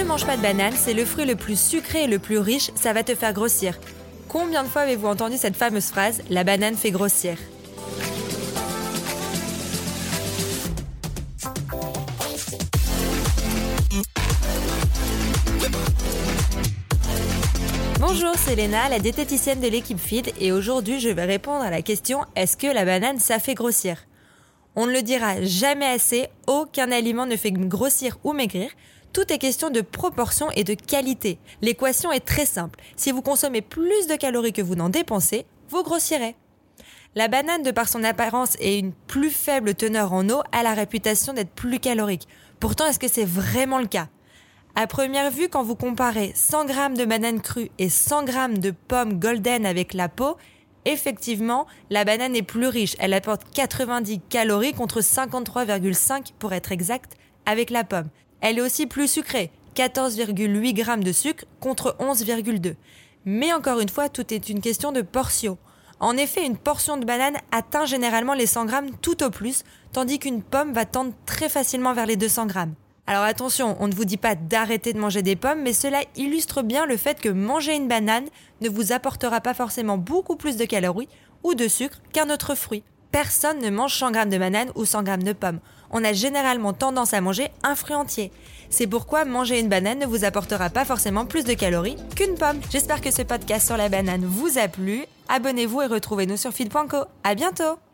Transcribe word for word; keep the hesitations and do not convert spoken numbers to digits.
mange pas de banane, c'est le fruit le plus sucré et le plus riche, ça va te faire grossir. Combien de fois avez-vous entendu cette fameuse phrase « la banane fait grossir » ? Bonjour, c'est Léna, la diététicienne de l'équipe Feed, et aujourd'hui je vais répondre à la question « Est-ce que la banane ça fait grossir ?» On ne le dira jamais assez, aucun aliment ne fait grossir ou maigrir. Tout est question de proportion et de qualité. L'équation est très simple. Si vous consommez plus de calories que vous n'en dépensez, vous grossirez. La banane, de par son apparence et une plus faible teneur en eau, a la réputation d'être plus calorique. Pourtant, est-ce que c'est vraiment le cas ? À première vue, quand vous comparez cent grammes de banane crue et cent grammes de pommes golden avec la peau, effectivement, la banane est plus riche. Elle apporte quatre-vingt-dix calories contre cinquante-trois virgule cinq pour être exact avec la pomme. Elle est aussi plus sucrée, quatorze virgule huit grammes de sucre contre onze virgule deux. Mais encore une fois, tout est une question de portion. En effet, une portion de banane atteint généralement les cent grammes tout au plus, tandis qu'une pomme va tendre très facilement vers les deux cents grammes. Alors attention, on ne vous dit pas d'arrêter de manger des pommes, mais cela illustre bien le fait que manger une banane ne vous apportera pas forcément beaucoup plus de calories ou de sucre qu'un autre fruit. Personne ne mange cent grammes de banane ou cent grammes de pommes. On a généralement tendance à manger un fruit entier. C'est pourquoi manger une banane ne vous apportera pas forcément plus de calories qu'une pomme. J'espère que ce podcast sur la banane vous a plu. Abonnez-vous et retrouvez-nous sur feed point co. À bientôt!